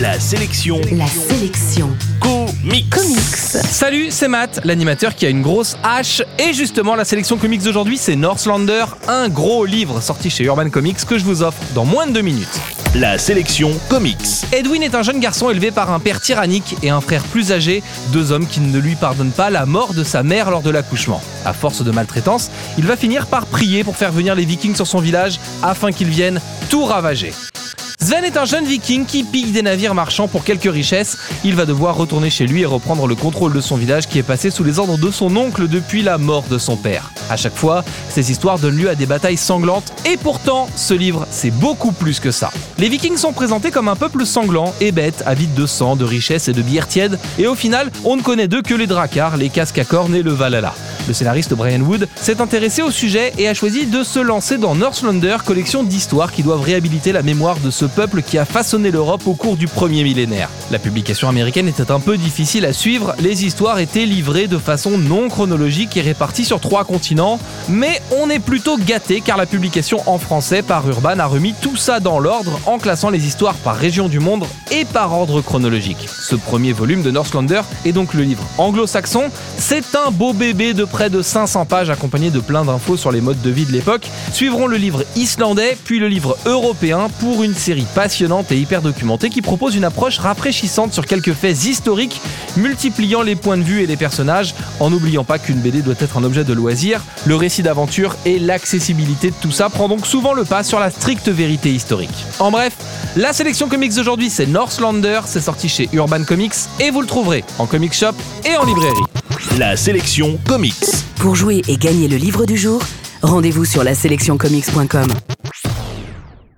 La sélection comics. Salut, c'est Matt, l'animateur qui a une grosse hache. Et justement, la sélection comics d'aujourd'hui, c'est Northlander, un gros livre sorti chez Urban Comics que je vous offre dans moins de 2 minutes. La sélection comics. Edwin est un jeune garçon élevé par un père tyrannique et un frère plus âgé, 2 hommes qui ne lui pardonnent pas la mort de sa mère lors de l'accouchement. À force de maltraitance, il va finir par prier pour faire venir les Vikings sur son village afin qu'ils viennent tout ravager. Sven est un jeune viking qui pille des navires marchands pour quelques richesses. Il va devoir retourner chez lui et reprendre le contrôle de son village qui est passé sous les ordres de son oncle depuis la mort de son père. À chaque fois, ces histoires donnent lieu à des batailles sanglantes et pourtant, ce livre, c'est beaucoup plus que ça. Les Vikings sont présentés comme un peuple sanglant et bête, avide de sang, de richesses et de bière tiède, et au final, on ne connaît d'eux que les Drakkar, les casques à cornes et le Valhalla. Le scénariste Brian Wood s'est intéressé au sujet et a choisi de se lancer dans Northlander, collection d'histoires qui doivent réhabiliter la mémoire de ce peuple qui a façonné l'Europe au cours du premier millénaire. La publication américaine était un peu difficile à suivre, les histoires étaient livrées de façon non chronologique et réparties sur 3 continents, mais on est plutôt gâté car la publication en français par Urban a remis tout ça dans l'ordre en classant les histoires par région du monde et par ordre chronologique. Ce premier volume de Northlander est donc le livre anglo-saxon, c'est un beau bébé de près de 500 pages accompagné de plein d'infos sur les modes de vie de l'époque. Suivront le livre islandais, puis le livre européen pour une série passionnante et hyper documentée qui propose une approche rafraîchissante sur quelques faits historiques, multipliant les points de vue et les personnages, en n'oubliant pas qu'une BD doit être un objet de loisir. Le récit d'aventure et l'accessibilité de tout ça prend donc souvent le pas sur la stricte vérité historique. En bref, la sélection comics d'aujourd'hui c'est Northlander, c'est sorti chez Urban Comics et vous le trouverez en comic shop et en librairie. La sélection comics. Pour jouer et gagner le livre du jour, rendez-vous sur laselectioncomics.com.